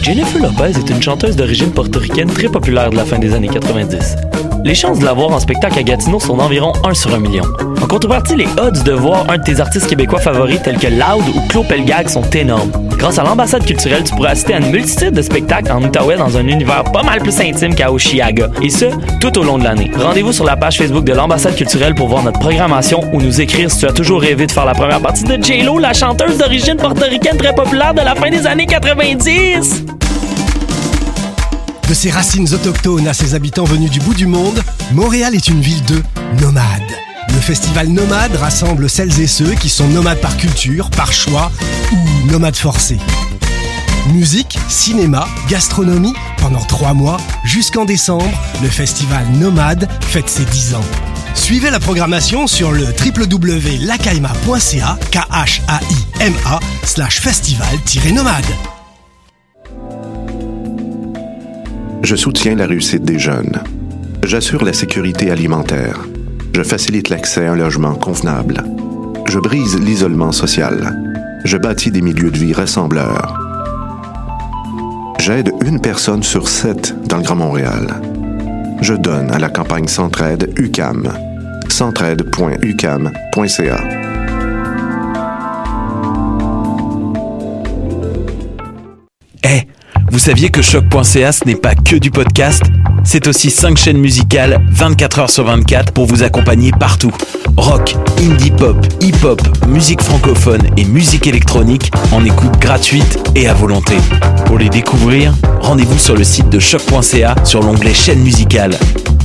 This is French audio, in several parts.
Jennifer Lopez est une chanteuse d'origine portoricaine très populaire de la fin des années 90. Les chances de la voir en spectacle à Gatineau sont d'environ 1 sur 1 million. En contrepartie, les odds de voir un de tes artistes québécois favoris tels que Loud ou Claude Pelgag sont énormes. Grâce à l'ambassade culturelle, tu pourras assister à une multitude de spectacles en Outaouais dans un univers pas mal plus intime qu'à Oshiaga. Et ce, tout au long de l'année. Rendez-vous sur la page Facebook de l'ambassade culturelle pour voir notre programmation ou nous écrire si tu as toujours rêvé de faire la première partie de J-Lo, la chanteuse d'origine portoricaine très populaire de la fin des années 90. De ses racines autochtones à ses habitants venus du bout du monde, Montréal est une ville de nomades. Le festival Nomade rassemble celles et ceux qui sont nomades par culture, par choix ou nomades forcés. Musique, cinéma, gastronomie, pendant 3 mois, jusqu'en décembre, le festival Nomade fête ses 10 ans. Suivez la programmation sur le www.lacaima.ca, KHAIMA/festival-nomade. Je soutiens la réussite des jeunes. J'assure la sécurité alimentaire. Je facilite l'accès à un logement convenable. Je brise l'isolement social. Je bâtis des milieux de vie rassembleurs. J'aide 1 personne sur 7 dans le Grand Montréal. Je donne à la campagne Centraide UQAM. centraide.uqam.ca. Hey, vous saviez que Choc.ca, ce n'est pas que du podcast? C'est aussi 5 chaînes musicales, 24 heures sur 24, pour vous accompagner partout. Rock, indie pop, hip-hop, musique francophone et musique électronique en écoute gratuite et à volonté. Pour les découvrir, rendez-vous sur le site de Choc.ca sur l'onglet chaîne musicale.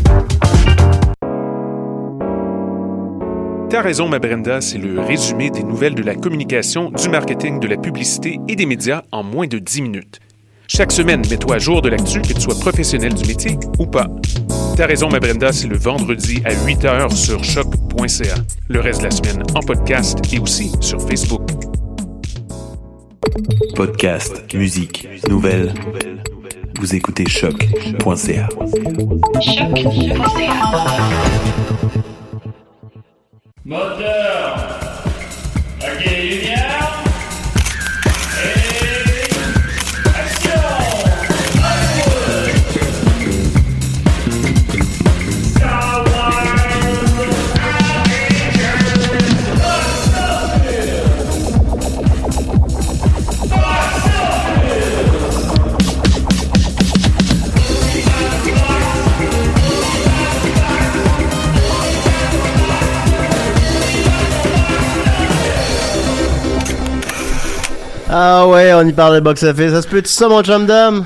T'as raison, ma Brenda, c'est le résumé des nouvelles de la communication, du marketing, de la publicité et des médias en moins de 10 minutes. Chaque semaine, mets-toi à jour de l'actu, que tu sois professionnel du métier ou pas. T'as raison, ma Brenda, c'est le vendredi à 8h sur choc.ca. Le reste de la semaine en podcast et aussi sur Facebook. Podcast, musique, nouvelles. Vous écoutez Choc.ca. Moteur. OK, lumière. Ah ouais, on y parle de box-office. Ça se peut-tu ça, mon chum d'homme?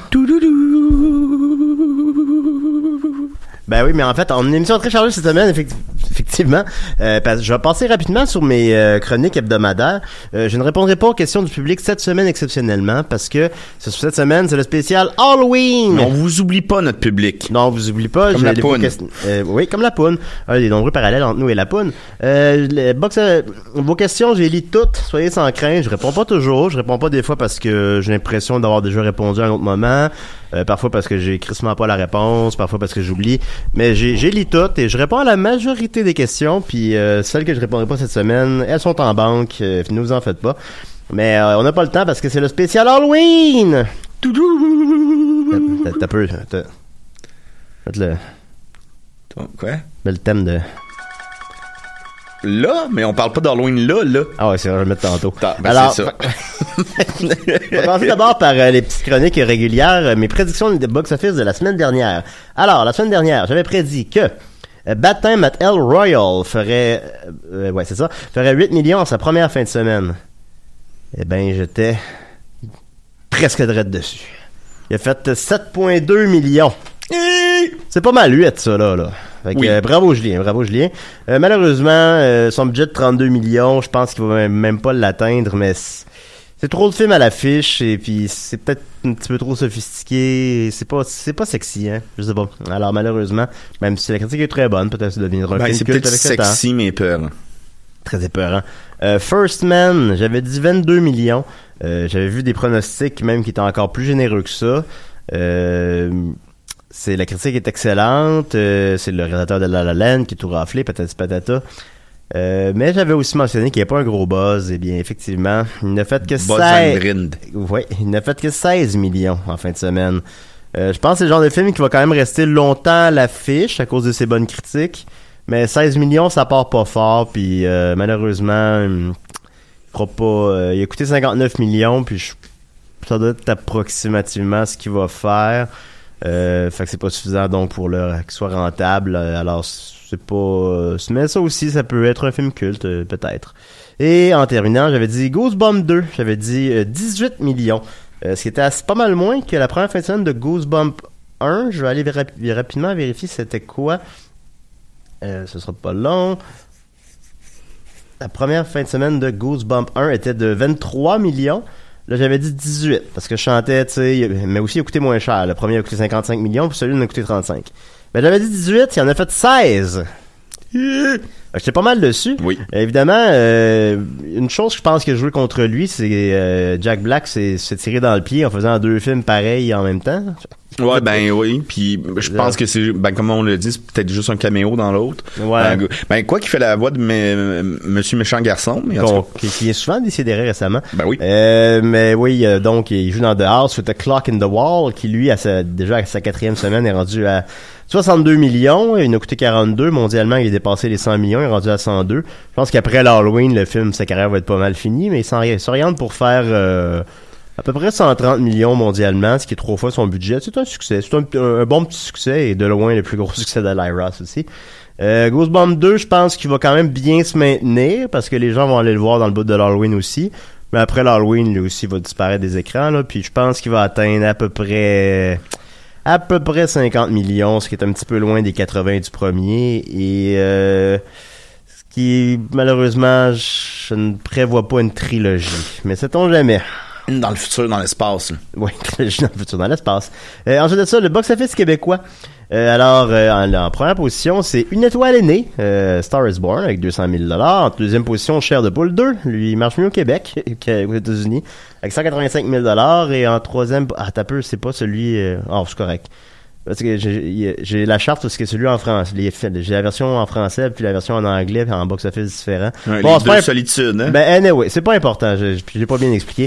Ben oui, mais en fait, on a une émission très chargée cette semaine, effectivement. Je vais passer rapidement sur mes chroniques hebdomadaires. Je ne répondrai pas aux questions du public cette semaine exceptionnellement, parce que cette semaine, c'est le spécial Halloween. Mais on vous oublie pas, notre public. Non, on vous oublie pas. Comme la poune. Oui, comme la poune. Il y a des nombreux parallèles entre nous et la poune. Vos questions, j'ai lis toutes. Soyez sans crainte. Je réponds pas toujours. Je réponds pas des fois parce que j'ai l'impression d'avoir déjà répondu à un autre moment. Parfois parce que j'ai crissement pas la réponse. Parfois parce que j'oublie. Mais j'ai lu toutes et je réponds à la majorité des questions. Puis celles que je répondrai pas cette semaine, elles sont en banque. Ne vous en faites pas. Mais on n'a pas le temps parce que c'est le spécial Halloween. T'as peu. Quoi? Le thème de... Là? Mais on parle pas d'Halloween là. Ah ouais, c'est vrai, je vais le mettre tantôt. Alors, c'est ça. On va commencer d'abord par les petites chroniques régulières, mes prédictions de box-office de la semaine dernière. Alors, la semaine dernière, j'avais prédit que Bad Time at El Royale ferait 8 millions en sa première fin de semaine. Eh ben, j'étais presque direct dessus. Il a fait 7,2 millions. C'est pas mal 8, ça, là. Fait que, oui. Bravo Julien. Malheureusement, son budget de 32 millions, je pense qu'il va même pas l'atteindre, mais c'est trop de films à l'affiche, et puis c'est peut-être un petit peu trop sophistiqué, c'est pas sexy, hein, je sais pas. Alors malheureusement, même si la critique est très bonne, peut-être que ça deviendra un film culte avec le temps. C'est sexy, mais peur. Très épeurant. First Man, j'avais dit 22 millions. J'avais vu des pronostics même qui étaient encore plus généreux que ça. La critique est excellente. C'est le réalisateur de La La Land qui est tout raflé, patati patata. Mais j'avais aussi mentionné qu'il n'y a pas un gros buzz. Eh bien, effectivement, il n'a fait que Buzz and Grind. Oui, il n'a fait que 16 millions en fin de semaine. Je pense que c'est le genre de film qui va quand même rester longtemps à l'affiche à cause de ses bonnes critiques. Mais 16 millions, ça part pas fort. Puis malheureusement, il fera pas. Il a coûté 59 millions. Puis ça doit être approximativement ce qu'il va faire. Fait que c'est pas suffisant donc pour qu'il soit rentable. Alors c'est pas. Mais ça aussi, ça peut être un film culte, peut-être. Et en terminant, j'avais dit Goosebumps 2. J'avais dit 18 millions. Ce qui était pas mal moins que la première fin de semaine de Goosebumps 1. Je vais aller rapidement vérifier c'était quoi. Ce sera pas long. La première fin de semaine de Goosebumps 1 était de 23 millions. Là, j'avais dit 18, parce que je chantais, tu sais, mais aussi il a coûté moins cher. Le premier a coûté 55 millions, puis celui-là en a coûté 35. Ben, j'avais dit 18, il en a fait 16. J'étais pas mal dessus. Oui. Évidemment, une chose que je pense que jouer contre lui, c'est Jack Black s'est tiré dans le pied en faisant 2 films pareils en même temps. Ouais, ben oui, puis je pense que c'est, ben comme on l'a dit, c'est peut-être juste un caméo dans l'autre. Ouais. Ben quoi qu'il fait la voix de Monsieur Méchant Garçon, mais qui est souvent décédé récemment. Ben oui. Mais oui, donc il joue dans The House with a Clock in the Wall, qui lui, déjà à sa 4e semaine, est rendu à 62 millions. Il en a coûté 42. Mondialement, il a dépassé les 100 millions. Il est rendu à 102. Je pense qu'après l'Halloween, le film, sa carrière va être pas mal finie, mais il s'oriente pour faire à peu près 130 millions mondialement, ce qui est 3 fois son budget. C'est un succès. C'est un bon petit succès et de loin le plus gros succès de Lyra aussi. Goosebumps 2, je pense qu'il va quand même bien se maintenir parce que les gens vont aller le voir dans le bout de l'Halloween aussi. Mais après l'Halloween, lui aussi va disparaître des écrans, là. Puis je pense qu'il va atteindre à peu près 50 millions, ce qui est un petit peu loin des 80 du premier. Et ce qui, malheureusement, je ne prévois pas une trilogie. Mais sait-on jamais. Dans le futur, dans l'espace. Là. Oui, trilogie dans le futur, dans l'espace. Ensuite de ça, le box-office québécois. En première position, c'est Une étoile est née, Star is Born, avec 200 000 $. En deuxième position, Chair de poule 2, lui, il marche mieux au Québec qu'aux États-Unis, avec 185 000 $. Et en troisième, t'as peu, c'est pas celui... c'est correct. Parce que j'ai la charte parce que celui en France. J'ai la version en français puis la version en anglais puis en box-office différent. Ouais, bon, les deux solitudes, hein? Ben, anyway, c'est pas important. J'ai pas bien expliqué.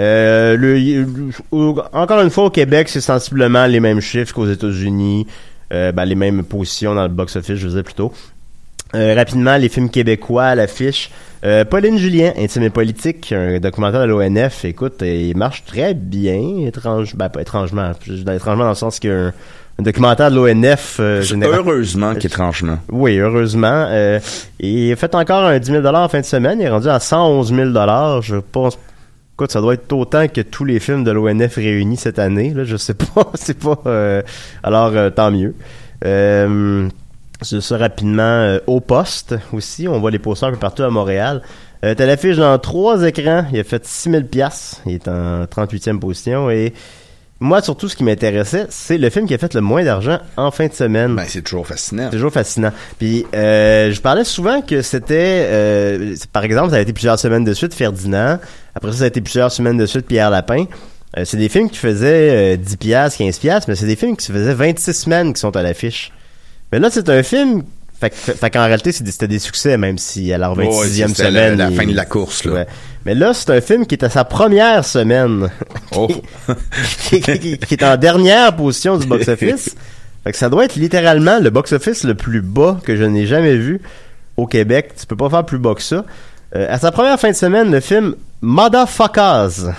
Encore une fois, au Québec, c'est sensiblement les mêmes chiffres qu'aux États-Unis. Les mêmes positions dans le box-office, je veux dire plutôt. Rapidement, les films québécois à l'affiche. Pauline Julien, Intime et politique, un documentaire de l'ONF. Écoute, il marche très bien, pas étrangement. Étrangement dans le sens qu'il y a un documentaire de l'ONF. Heureusement qu'étrangement. Oui, heureusement. Il a fait encore un 10 000 $ en fin de semaine. Il est rendu à 111 000 $. Je pense... Écoute, ça doit être autant que tous les films de l'ONF réunis cette année. Là, je sais pas. C'est pas... Alors, tant mieux. C'est ça rapidement. Au poste aussi, on voit les posters un peu partout à Montréal. T'as l'affiche dans 3 écrans. Il a fait 6 000 $. Il est en 38e position. Et moi, surtout, ce qui m'intéressait, c'est le film qui a fait le moins d'argent en fin de semaine. Ben, c'est toujours fascinant. C'est toujours fascinant. Puis, je parlais souvent que c'était... par exemple, ça a été plusieurs semaines de suite, Ferdinand. Après ça a été plusieurs semaines de suite, Pierre Lapin. C'est des films qui faisaient 10$, 15$, mais c'est des films qui se faisaient 26 semaines qui sont à l'affiche. Mais là, c'est un film... Fait qu'en réalité, c'était des succès, même si à la 26e semaine... la fin de la course, là. Ouais. Mais là, c'est un film qui est à sa première semaine. Oh. qui est en dernière position du box-office. Fait que ça doit être littéralement le box-office le plus bas que je n'ai jamais vu au Québec. Tu peux pas faire plus bas que ça. À sa première fin de semaine, le film Motherfuckers.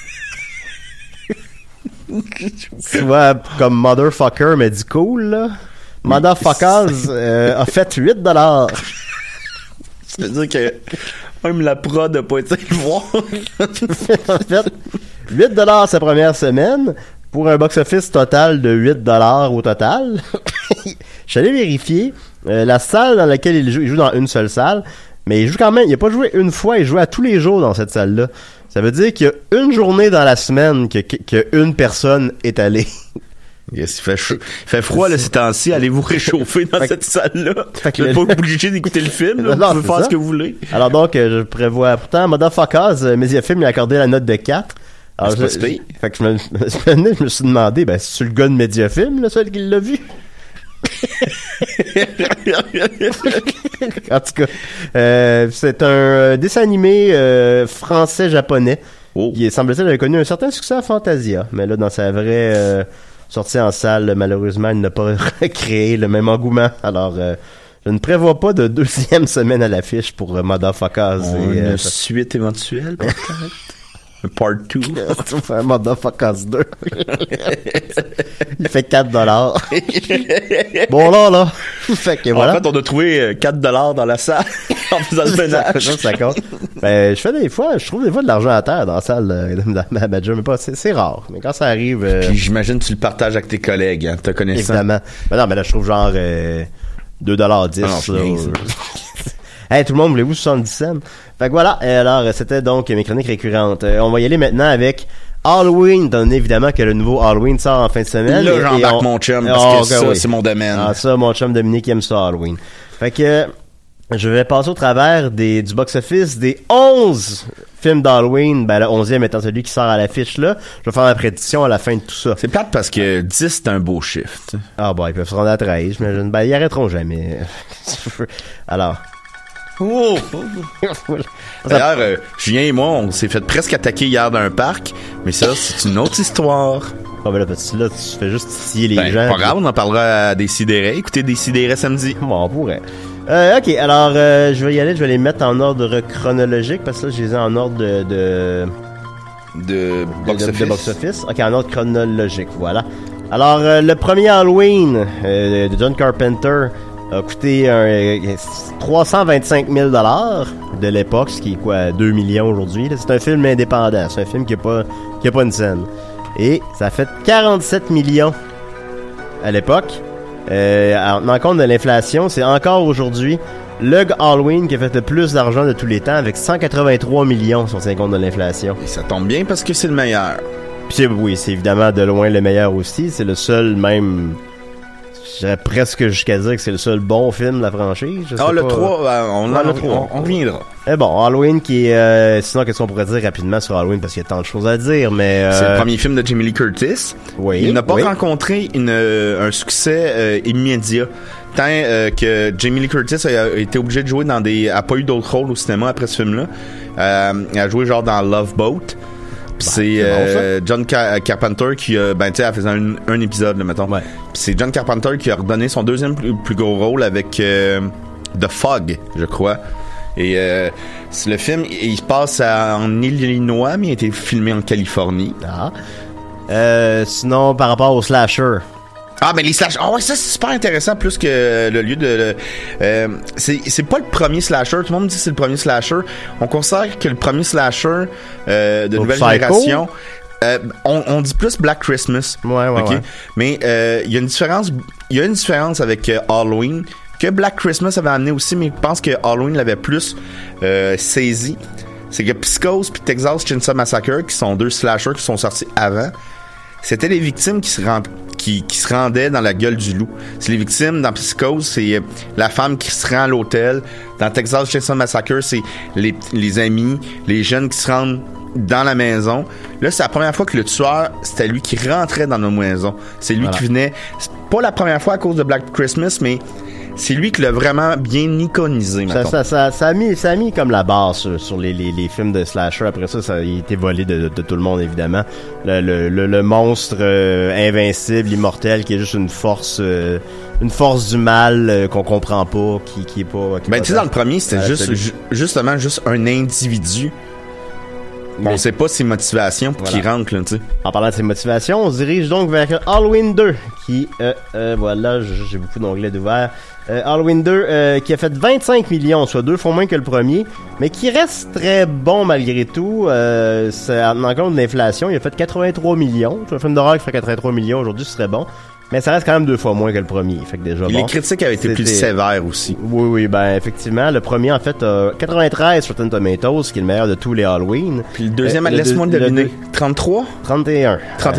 Soit comme Motherfucker, mais dit cool, là. Motherfuckers a fait 8 $. C'est-à-dire que même la prod n'a pas été le voir. En fait, 8 $ sa première semaine pour un box-office total de 8 $ au total. Je suis allé vérifier la salle dans laquelle il joue dans une seule salle, mais il joue quand même, il n'a pas joué une fois, il joue à tous les jours dans cette salle-là. Ça veut dire qu'il y a une journée dans la semaine que une personne est allée. Yes, il fait froid là, ces temps-ci. Allez-vous réchauffer dans cette salle-là. Vous n'êtes pas obligé d'écouter le film. Là. Vous pouvez faire ce que vous voulez. Alors donc, je prévois... Pourtant, Motherfuckers, Mediafilm lui a accordé la note de 4. Alors, fait que je me suis demandé, c'est-tu le gars de Mediafilm, là, celui qui l'a vu? En tout cas, c'est un dessin animé français-japonais. Il semble-t-il avait connu un certain succès à Fantasia, mais là, dans sa vraie sortie en salle, malheureusement, il n'a pas créé le même engouement. Alors, je ne prévois pas de deuxième semaine à l'affiche pour Motherfuckers. Une suite éventuelle, peut-être? Part 2. Un Motherfuckers 2. Il fait $4. Bon, là. Fait que voilà. En fait, on a trouvé $4 dans la salle en faisant le ménage. Ça compte. Ben, je trouve des fois de l'argent à terre dans la salle dans ma job, mais pas, c'est rare. Mais quand ça arrive. Puis j'imagine que tu le partages avec tes collègues, hein, te connaissant. Évidemment. Ben non, mais là, je trouve genre $2.10. Hey, tout le monde, voulez-vous 70 cents? Fait que voilà, alors c'était donc mes chroniques récurrentes. On va y aller maintenant avec Halloween, étant donné évidemment que le nouveau Halloween sort en fin de semaine. Là, j'embarque mon chum, parce que ça, c'est mon domaine. Ah, ça, mon chum Dominique aime ça, Halloween. Fait que je vais passer au travers du box-office des 11 films d'Halloween, ben le 11e étant celui qui sort à l'affiche là. Je vais faire ma prédiction à la fin de tout ça. C'est plate parce que 10 c'est un beau chiffre. T'sais. Ah bon, ils peuvent se rendre à 13, j'imagine. Ben, ils arrêteront jamais. Alors... Oh! D'ailleurs, Julien et moi, on s'est fait presque attaquer hier d'un parc, mais ça, c'est une autre histoire. Ah ben là, tu fais juste titiller les gens. Pas grave, on en parlera à Décideret. Écoutez Décideret samedi. Bon, on pourrait. Ok, alors je vais y aller, je vais les mettre en ordre chronologique, parce que là, je les ai en ordre de box-office. Ok, en ordre chronologique, voilà. Alors, le premier Halloween de John Carpenter a coûté $325 000 de l'époque, ce qui est quoi, 2 millions aujourd'hui. C'est un film indépendant, c'est un film qui a pas une scène. Et ça a fait 47 millions à l'époque. En tenant compte de l'inflation, c'est encore aujourd'hui le Halloween qui a fait le plus d'argent de tous les temps, avec 183 millions si on tient compte de l'inflation. Et ça tombe bien parce que c'est le meilleur. Puis c'est évidemment de loin le meilleur aussi. C'est le seul même... J'irais presque jusqu'à dire que c'est le seul bon film de la franchise. Le 3, on reviendra. Mais bon, Halloween qui est... sinon, qu'est-ce qu'on pourrait dire rapidement sur Halloween, parce qu'il y a tant de choses à dire, mais... C'est le premier film de Jamie Lee Curtis. Oui. Il n'a pas rencontré un succès immédiat. Tant que Jamie Lee Curtis a été obligé de jouer dans des... a pas eu d'autres rôles au cinéma après ce film-là. Elle a joué genre dans Love Boat. C'est John Carpenter qui a elle faisait un épisode là, mettons. Ouais. Pis c'est John Carpenter qui a redonné son deuxième plus gros rôle avec The Fog, je crois. Et c'est le film, il se passe en Illinois, mais il a été filmé en Californie. Sinon, par rapport au slasher. Ah, mais les slashers. Ah ouais, ça c'est super intéressant, plus que le lieu de... c'est pas le premier slasher. Tout le monde dit que c'est le premier slasher. On considère que le premier slasher de nouvelle génération... on dit plus Black Christmas. Ouais. Mais il y a une différence avec Halloween que Black Christmas avait amené aussi, mais je pense que Halloween l'avait plus saisi. C'est que Psychose puis Texas Chainsaw Massacre, qui sont deux slashers qui sont sortis avant, c'était les victimes qui se rendaient dans la gueule du loup. C'est les victimes dans Psychose, c'est la femme qui se rend à l'hôtel. Dans Texas Chainsaw Massacre, c'est les amis, les jeunes qui se rendent dans la maison. Là, c'est la première fois que le tueur, c'était lui qui rentrait dans nos maisons. C'est lui qui venait. C'est pas la première fois à cause de Black Christmas, mais c'est lui qui l'a vraiment bien iconisé. Ça a mis comme la base sur les films de slasher. Après ça a été volé de tout le monde, évidemment. Le monstre invincible, immortel, qui est juste une force du mal qu'on comprend pas, qui est pas... tu sais, dans le premier, c'était justement juste un individu. On sait pas ses motivations pour qu'il rentre, là, tu sais. En parlant de ses motivations, on se dirige donc vers Halloween 2, qui, voilà, j'ai beaucoup d'onglets d'ouvert. Halloween 2, qui a fait 25 millions, soit 2 fois moins que le premier, mais qui reste très bon malgré tout. En compte de l'inflation, il a fait 83 millions. Un film d'horreur qui fait 83 millions aujourd'hui, ce serait bon. Mais ça reste quand même 2 fois moins que le premier. Fait que déjà, les critiques avaient été plus sévères aussi. Oui, effectivement. Le premier, en fait, a 93 sur Rotten Tomatoes, qui est le meilleur de tous les Halloween. Puis le deuxième, laisse-moi le deviner. 33? 31.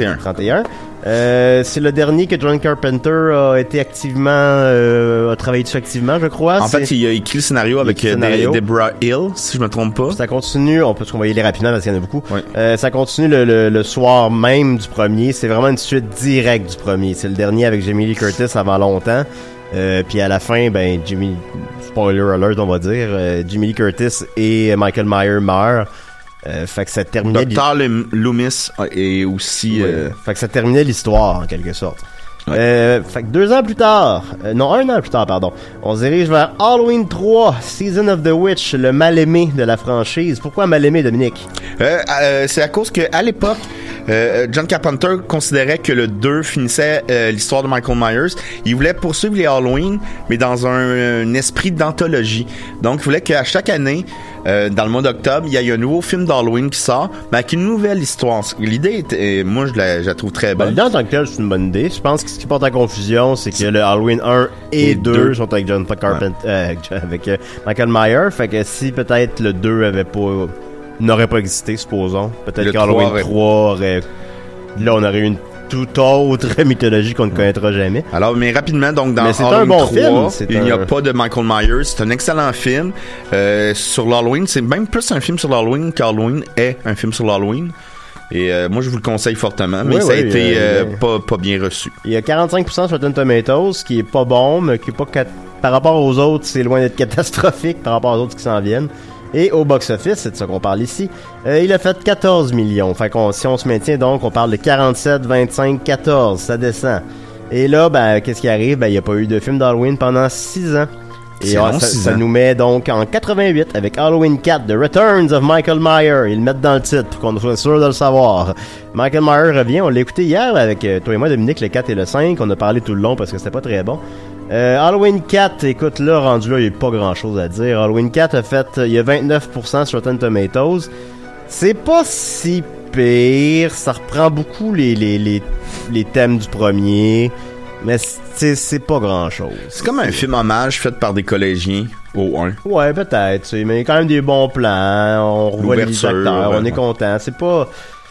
C'est le dernier que John Carpenter a été a travaillé dessus activement, je crois. En fait, il a écrit le scénario avec Deborah Hill, si je me trompe pas. Ça continue, on peut y aller rapidement parce qu'il y en a beaucoup. Oui. Ça continue le soir même du premier. C'est vraiment une suite directe du premier. C'est le dernier avec Jamie Lee Curtis avant longtemps. Puis à la fin, ben spoiler alert on va dire, Jimmy Lee Curtis et Michael Myers meurent. Fait que ça terminait. Dr. Loomis est aussi. Fait que ça terminait l'histoire en quelque sorte. Ouais. Fait que 2 ans plus tard, un an plus tard, pardon, on se dirige vers Halloween 3, Season of the Witch, le mal-aimé de la franchise. Pourquoi mal-aimé, Dominique? C'est à cause que à l'époque, John Carpenter considérait que le 2 finissait l'histoire de Michael Myers. Il voulait poursuivre les Halloween, mais dans un esprit d'anthologie. Donc, il voulait qu'à chaque année, dans le mois d'octobre, il y a un nouveau film d'Halloween qui sort, mais avec une nouvelle histoire. L'idée, moi, je la trouve très bonne. L'idée en tant que telle, c'est une bonne idée. Je pense que ce qui porte à confusion, c'est que le Halloween 1 et 2 sont avec John Carpenter, avec Michael Myers. Fait que si peut-être le 2 n'aurait pas existé, supposons, peut-être qu'Halloween 3 aurait... Là, on aurait une toute autre mythologie qu'on ne connaîtra jamais. Alors, mais rapidement, donc, dans Halloween 3, il n'y a pas de Michael Myers. C'est un excellent film. Sur l'Halloween, c'est même plus un film sur l'Halloween qu'Halloween est un film sur l'Halloween. Et moi, je vous le conseille fortement, mais ça a été pas bien reçu. Il y a 45% sur Rotten Tomatoes, ce qui est pas bon, mais qui est pas... Par rapport aux autres, c'est loin d'être catastrophique par rapport aux autres qui s'en viennent. Et au box-office, c'est de ça qu'on parle ici, il a fait 14 millions. Fait qu'on, si on se maintient, donc, on parle de 47, 25, 14. Ça descend. Et là, ben, qu'est-ce qui arrive? Ben, il n'y a pas eu de film d'Halloween pendant 6 ans. Et ça nous met donc en 88 avec Halloween 4, The Returns of Michael Myers. Ils le mettent dans le titre pour qu'on soit sûr de le savoir. Michael Myers revient. On l'a écouté hier avec toi et moi, Dominique, le 4 et le 5. On a parlé tout le long parce que c'était pas très bon. Halloween 4, écoute, là, rendu là, il n'y a pas grand chose à dire. Halloween 4 a fait, il y a 29% sur Rotten Tomatoes. C'est pas si pire. Ça reprend beaucoup les thèmes du premier. Mais c'est pas grand chose. C'est comme un film hommage fait par des collégiens au 1. Ouais, peut-être. Mais il y a quand même des bons plans. On revoit les acteurs. On est content. C'est pas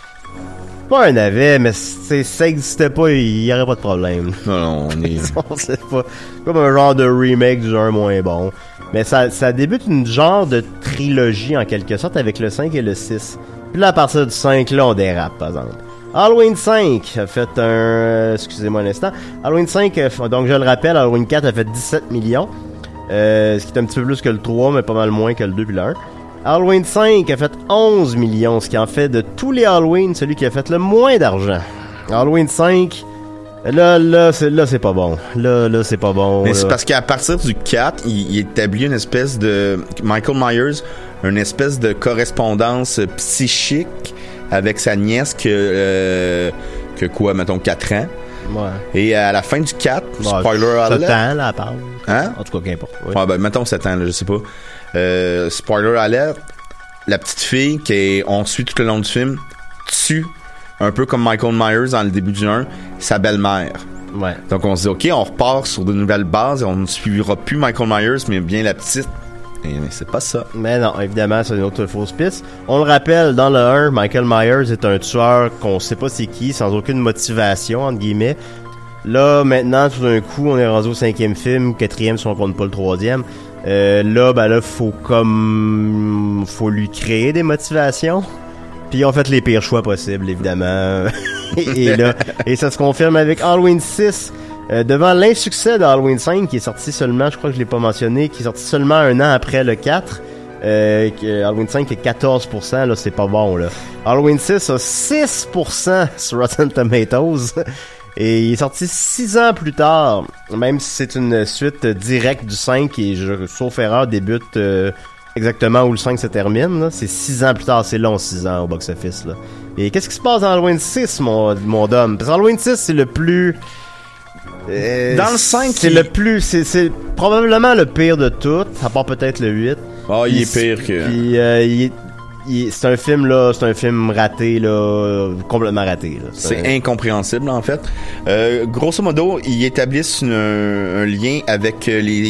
un navet, mais ça existait pas, il y aurait pas de problème. Non, on est... c'est pas comme un genre de remake du 1 moins bon. Mais ça débute une genre de trilogie en quelque sorte avec le 5 et le 6. Puis là, à partir du 5, là, on dérape, par exemple. Halloween 5 a fait excusez-moi un instant. Halloween 5, donc je le rappelle, Halloween 4 a fait 17 millions. Ce qui est un petit peu plus que le 3, mais pas mal moins que le 2 puis le 1. Halloween 5 a fait 11 millions, ce qui en fait de tous les Halloween celui qui a fait le moins d'argent. Halloween 5, là c'est pas bon. Là c'est pas bon. Mais c'est parce qu'à partir du 4, il établit une espèce de... Michael Myers, une espèce de correspondance psychique avec sa nièce que quoi, mettons 4 ans. Ouais. Et à la fin du 4, spoiler alert. 7 ans, là, à part. Hein? En tout cas, qu'importe. Oui. Ouais, ben, mettons 7 ans, là, je sais pas. Spoiler alert, la petite fille on suit tout le long du film tue, un peu comme Michael Myers dans le début du 1, sa belle-mère. Ouais. Donc on se dit, ok, on repart sur de nouvelles bases et on ne suivra plus Michael Myers, mais bien la petite. Mais c'est pas ça. Mais non, évidemment, c'est une autre fausse piste. On le rappelle, dans le 1, Michael Myers est un tueur qu'on sait pas c'est qui, sans aucune motivation, entre guillemets. Là, maintenant, tout d'un coup, on est rendu au 5e film, 4e si on compte pas le 3e. Là, faut lui créer des motivations. Puis ils ont fait les pires choix possibles, évidemment. et ça se confirme avec Halloween 6. Devant l'insuccès de Halloween 5, qui est sorti seulement, je crois que je l'ai pas mentionné, qui est sorti seulement un an après le 4. Halloween 5 est 14%, là, c'est pas bon, là. Halloween 6 a 6% sur Rotten Tomatoes. Et il est sorti 6 ans plus tard, même si c'est une suite directe du 5 qui, sauf erreur, débute exactement où le 5 se termine. Là. C'est 6 ans plus tard, c'est long 6 ans au box-office. Là. Et qu'est-ce qui se passe dans Halloween 6, mon dom? Parce que Halloween 6, c'est le plus... dans le 5, c'est probablement le pire de tout, à part peut-être le 8. Ah, il est pire que... Puis, c'est un film raté, là, complètement raté. Là. C'est incompréhensible, en fait. Grosso modo, ils établissent un lien avec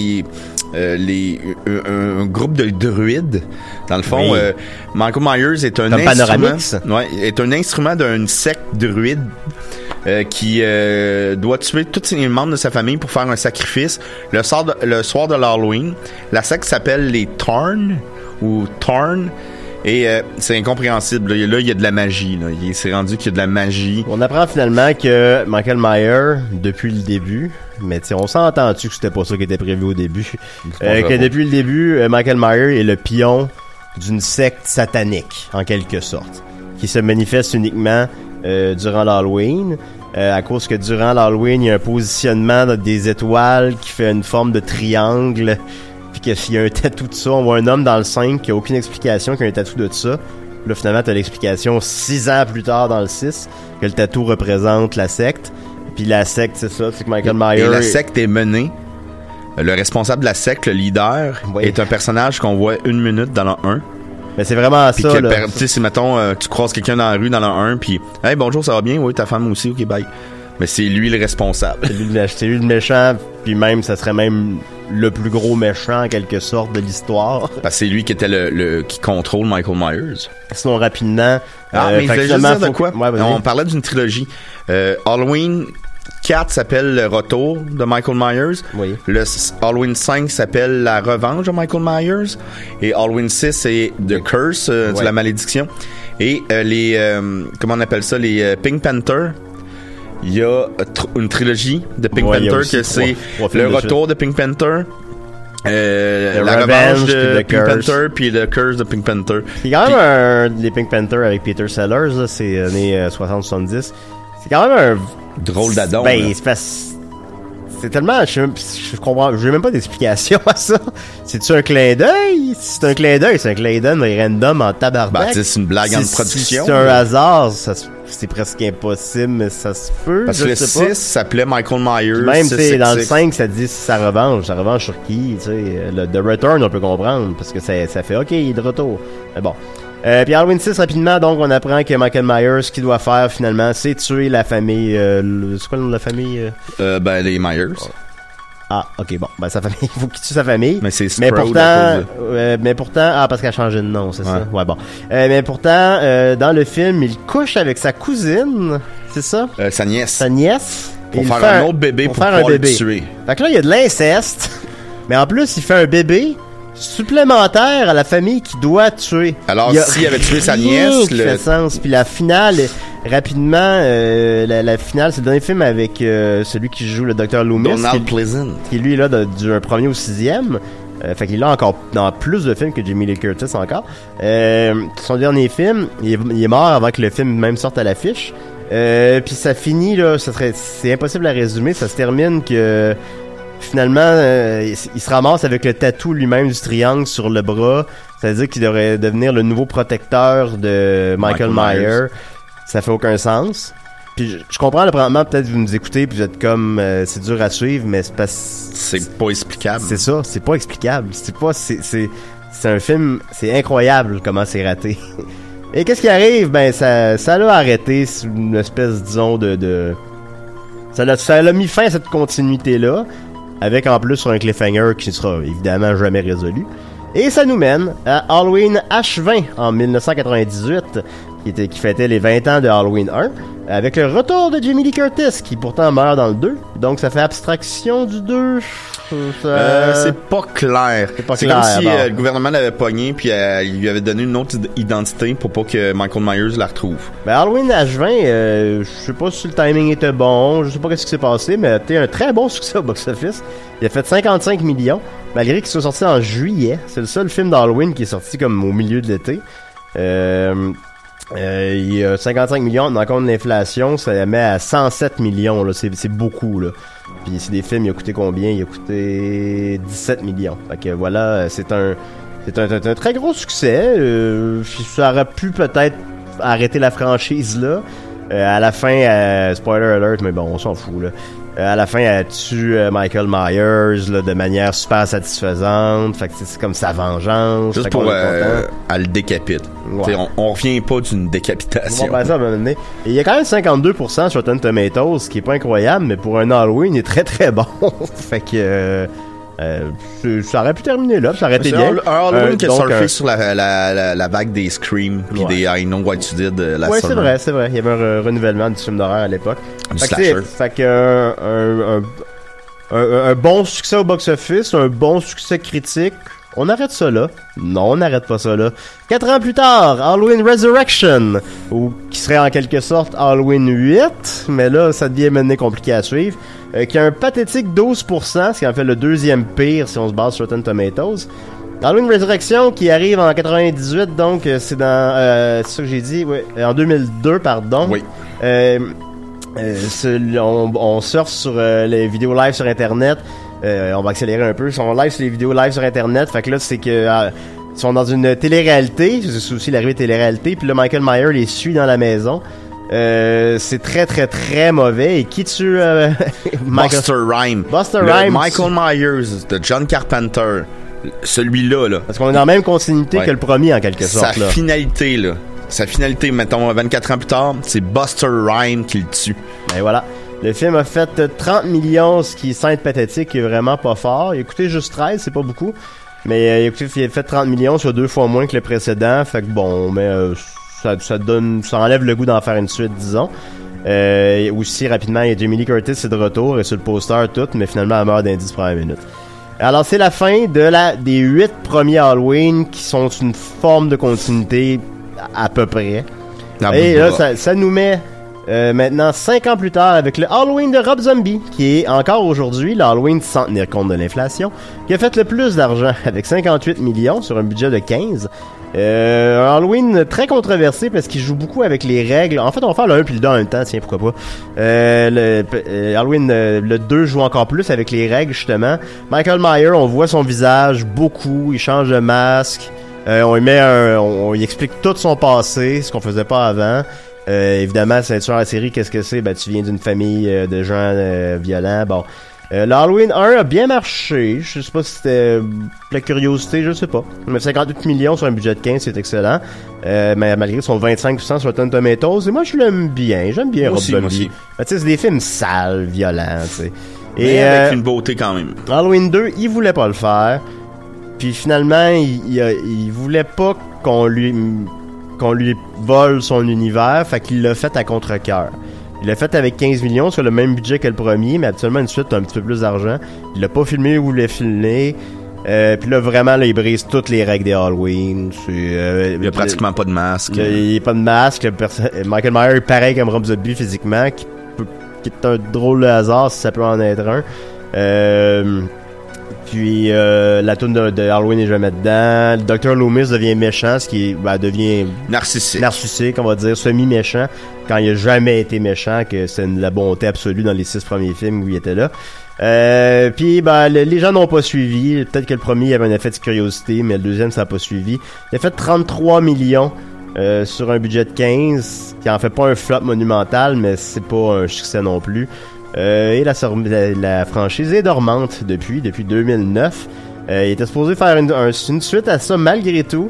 un groupe de druides. Dans le fond, oui. Michael Myers est un instrument d'une secte druide qui doit tuer tous les membres de sa famille pour faire un sacrifice le soir de l'Halloween. La secte s'appelle les Tarn ou Tarn. Et c'est incompréhensible. Là, il y a de la magie. Là. Il s'est rendu qu'il y a de la magie. On apprend finalement que Michael Myers, depuis le début, mais on s'entend-tu que c'était pas ça qui était prévu au début, que depuis le début, Michael Myers est le pion d'une secte satanique, en quelque sorte, qui se manifeste uniquement durant l'Halloween. À cause que durant l'Halloween, il y a un positionnement des étoiles qui fait une forme de triangle, puis qu'il y a un tatou de ça. On voit un homme dans le 5 qui a aucune explication, qui a un tatou de ça. Là, finalement, t'as l'explication 6 ans plus tard dans le 6, que le tatou représente la secte. Puis la secte, c'est ça, c'est que Michael Myers... Et la secte est menée. Le responsable de la secte, le leader, est un personnage qu'on voit 1 minute dans le 1. Mais c'est vraiment puis ça, là. Tu sais, si, mettons, tu croises quelqu'un dans la rue, dans le 1, puis « Hey, bonjour, ça va bien? Oui, ta femme aussi, ok, bye. » Mais c'est lui le responsable. C'est lui le méchant, puis même, ça serait même le plus gros méchant, en quelque sorte, de l'histoire. Parce que c'est lui qui était qui contrôle Michael Myers. Sinon, rapidement... mais je voulais juste dire de quoi? Ouais, on parlait d'une trilogie. Halloween 4 s'appelle Le Retour de Michael Myers. Oui. Le Halloween 5 s'appelle La Revanche de Michael Myers. Et Halloween 6 c'est The Curse, de la malédiction. Et comment on appelle ça? Les Pink Panther. Il y a une trilogie de Pink Panther que c'est Le Retour de Pink Panther. La Revanche de Pink Panther puis Le Curse de Pink Panther. C'est quand même des Pink Panther avec Peter Sellers, là, c'est années 60-70. C'est quand même un drôle d'adon. Ben, c'est tellement... Je comprends... J'ai même pas d'explication à ça. C'est-tu un clin d'œil? Si c'est un clin d'œil, c'est un clin d'œil random en tabarnak. Ben, c'est une blague en production. Si c'est un hasard, c'est presque impossible, mais ça se peut. Parce que le 6 s'appelait Michael Myers. Puis même, tu sais, dans le 5, ça dit sa revanche. Sa revanche sur qui? Tu sais, le The Return, on peut comprendre, parce que ça fait OK, il est de retour. Mais bon. Puis Halloween 6, rapidement, donc, on apprend que Michael Myers, ce qu'il doit faire, finalement, c'est tuer la famille... c'est quoi le nom de la famille? Les Myers. Ah, ok, bon. Ben, sa famille, il faut qu'il tue sa famille. Mais c'est mais pourtant, parce qu'elle a changé de nom, c'est ça? Ouais, bon. Mais pourtant, dans le film, il couche avec sa cousine, c'est ça? Sa nièce. Sa nièce. Pour faire un autre bébé pour pouvoir le tuer. Fait que là, il y a de l'inceste, mais en plus, il fait un bébé supplémentaire à la famille qui doit tuer. Alors, s'il avait tué sa nièce... Qui fait sens. Puis la finale, rapidement, la finale, c'est le dernier film avec celui qui joue le Dr. Loomis. Donald Pleasant. Qui lui, là, du 1er au 6e. Fait qu'il est là encore dans plus de films que Jamie Lee Curtis encore. Son dernier film, il est mort avant que le film même sorte à l'affiche. Puis ça finit, là, c'est impossible à résumer. Ça se termine que... Finalement, il se ramasse avec le tatou lui-même du triangle sur le bras. Ça veut dire qu'il devrait devenir le nouveau protecteur de Michael Myers. Ça fait aucun sens. Puis je comprends, probablement, peut-être vous nous écoutez puis vous êtes comme, c'est dur à suivre, mais c'est pas explicable. C'est ça, c'est pas explicable. C'est un film, c'est incroyable comment c'est raté. Et qu'est-ce qui arrive? Ben, ça l'a arrêté, c'est une espèce, disons, ça l'a mis fin à cette continuité-là. Avec en plus un cliffhanger qui sera évidemment jamais résolu. Et ça nous mène à Halloween H20 en 1998, qui fêtait les 20 ans de Halloween 1, avec le retour de Jamie Lee Curtis, qui pourtant meurt dans le 2. Donc ça fait abstraction du 2. C'est pas clair. C'est comme si le gouvernement l'avait pogné puis il lui avait donné une autre identité pour pas que Michael Myers la retrouve. Ben Halloween H20, je sais pas si le timing était bon, je sais pas qu'est-ce qui s'est passé, mais c'était un très bon succès au box-office. Il a fait 55 millions, malgré qu'il soit sorti en juillet. C'est le seul film d'Halloween qui est sorti comme au milieu de l'été. Il y a 55 millions, dans le compte de l'inflation, ça met à 107 millions, là. C'est beaucoup, là. Puis c'est des films, il a coûté combien? Il a coûté 17 millions. Fait que voilà, c'est un très gros succès. Ça aurait pu peut-être arrêter la franchise, là. À la fin, spoiler alert, mais bon, on s'en fout, là. À la fin, elle tue Michael Myers là, de manière super satisfaisante. Fait que c'est comme sa vengeance. Juste pour elle le décapite. Ouais. On revient pas d'une décapitation. Ça, et il y a quand même 52% sur Rotten Tomatoes, ce qui est pas incroyable, mais pour un Halloween, il est très très bon. Fait que ça aurait pu terminer là, ça aurait été bien. Un Halloween qui a surfé sur la vague des Scream puis des I Know What You Did la ouais, c'est vrai. Il y avait un renouvellement du film d'horreur à l'époque. Du slasher. Fait que un bon succès au box-office, un bon succès critique, On arrête ça là. Non, on n'arrête pas ça là. 4 ans plus tard, Halloween Resurrection, ou qui serait en quelque sorte Halloween 8, mais là, ça devient maintenant compliqué à suivre, qui a un pathétique 12%, ce qui en fait le deuxième pire si on se base sur Rotten Tomatoes. Halloween Resurrection qui arrive en 98, donc c'est dans... c'est ça que j'ai dit, oui, en 2002, pardon. Oui. On surfe sur les vidéos live sur Internet. On va accélérer un peu. Ils sont live sur les vidéos live sur Internet. Fait que là, c'est que ils sont dans une télé-réalité. C'est aussi l'arrivée de télé-réalité. Puis là, Michael Myers les suit dans la maison. C'est très, très, très mauvais. Et qui tue Buster Rhymes. Buster Rhymes. Michael Myers de John Carpenter. Celui-là, là. Parce qu'on est dans la même continuité que le premier, en quelque sorte. Sa finalité, là. Sa finalité, mettons, 24 ans plus tard, c'est Buster Rhymes qui le tue. Ben voilà. Le film a fait 30 millions, ce qui semble pathétique, qui est vraiment pas fort. Il a coûté juste 13, c'est pas beaucoup. Mais il a fait 30 millions, soit 2 fois moins que le précédent. Fait que bon, mais ça enlève le goût d'en faire une suite, disons. Aussi, rapidement, il y a Jamie Lee Curtis, c'est de retour, et sur le poster, tout, mais finalement, elle meurt dans les 10 premières minutes. Alors, c'est la fin des 8 premiers Halloween qui sont une forme de continuité à peu près. Et là, ça nous met maintenant 5 ans plus tard avec le Halloween de Rob Zombie, qui est encore aujourd'hui le Halloween sans tenir compte de l'inflation, qui a fait le plus d'argent avec 58 millions sur un budget de 15. Un Halloween très controversé parce qu'il joue beaucoup avec les règles. En fait, on va faire le 1 puis le 2 en même temps, tiens, pourquoi pas. Halloween, le 2 joue encore plus avec les règles, justement. Michael Myers, on voit son visage beaucoup, il change de masque. On y explique tout son passé, ce qu'on faisait pas avant. Évidemment, c'est sur la série, qu'est-ce que c'est? Ben, tu viens d'une famille de gens violents. Bon. L'Halloween 1 a bien marché. Je sais pas si c'était la curiosité, je sais pas. Mais 58 millions sur un budget de 15, c'est excellent. Mais malgré son 25% sur Rotten Tomatoes, et moi je l'aime bien. J'aime bien Rob Zombie. Tu sais, c'est des films sales, violents, tu sais. Et avec une beauté quand même. Halloween 2, il voulait pas le faire. Puis finalement, il voulait pas qu'on lui vole son univers, fait qu'il l'a fait à contre-cœur. Il l'a fait avec 15 millions sur le même budget que le premier, mais habituellement une suite a un petit peu plus d'argent. Il l'a pas filmé où il voulait filmer. Puis là, vraiment, là, il brise toutes les règles des Halloween. Il y a pratiquement pas de masque. Il n'y a pas de masque. Michael Myers est pareil comme Rob Zombie physiquement, qui est un drôle de hasard si ça peut en être un. Puis la toune de Halloween est jamais dedans. Le Dr. Loomis devient méchant, ce qui devient narcissique, on va dire, semi-méchant, quand il a jamais été méchant, que c'est la bonté absolue dans les 6 premiers films où il était là. Puis les gens n'ont pas suivi. Peut-être que le premier il y avait un effet de curiosité, mais le deuxième ça n'a pas suivi. Il a fait 33 millions sur un budget de 15, qui en fait pas un flop monumental, mais c'est pas un succès non plus. Et la franchise est dormante depuis 2009. Il était supposé faire une suite à ça malgré tout.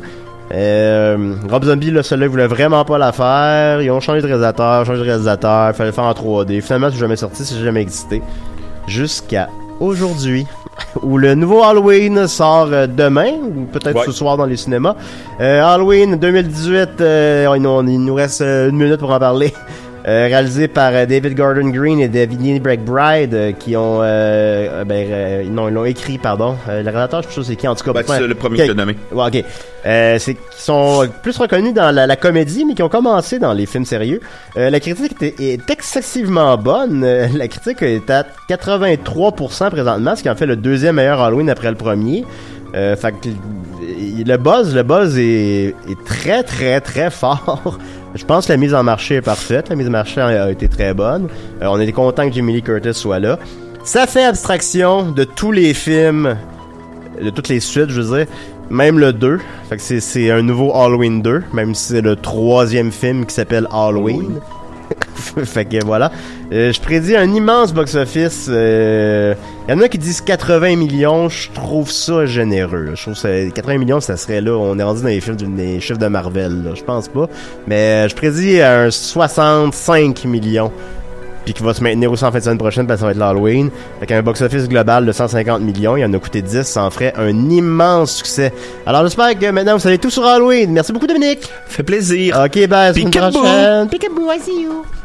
Rob Zombie, là, celui-là, voulait vraiment pas la faire. Ils ont changé de réalisateur, il fallait le faire en 3D. Finalement, c'est jamais sorti, c'est jamais existé. Jusqu'à aujourd'hui, où le nouveau Halloween sort demain, ou peut-être ce soir dans les cinémas. Halloween 2018, il nous reste 1 minute pour en parler. Réalisé par David Gordon Green et David McBride, qui ont ils l'ont écrit, pardon. Le réalisateur, je sais pas c'est qui, en tout cas. C'est le premier que tu as nommé. Ouais, ok. C'est qui sont plus reconnus dans la comédie, mais qui ont commencé dans les films sérieux. La critique est excessivement bonne. La critique est à 83% présentement, ce qui en fait le deuxième meilleur Halloween après le premier. Fait que le buzz est très très très fort. Je pense que la mise en marché est parfaite. La mise en marché a été très bonne. On était content que Jamie Lee Curtis soit là. Ça fait abstraction de tous les films, de toutes les suites, je veux dire. Même le 2. Fait que c'est un nouveau Halloween 2, même si c'est le 3e film qui s'appelle Halloween. Fait que voilà. Je prédis un immense box-office. Il y en a qui disent 80 millions. Je trouve ça généreux. Je trouve que 80 millions, ça serait là. On est rendu dans les films des chiffres de Marvel. Là. Je pense pas. Mais je prédis un 65 millions. Puis qui va se maintenir aussi en fin de semaine prochaine parce que ça va être l'Halloween. Fait qu'un box-office global de 150 millions. Il en a coûté 10. Ça en ferait un immense succès. Alors j'espère que maintenant vous savez tout sur Halloween. Merci beaucoup Dominique. Fait plaisir. Ok, bye. À la semaine prochaine. Peekaboo, I see you.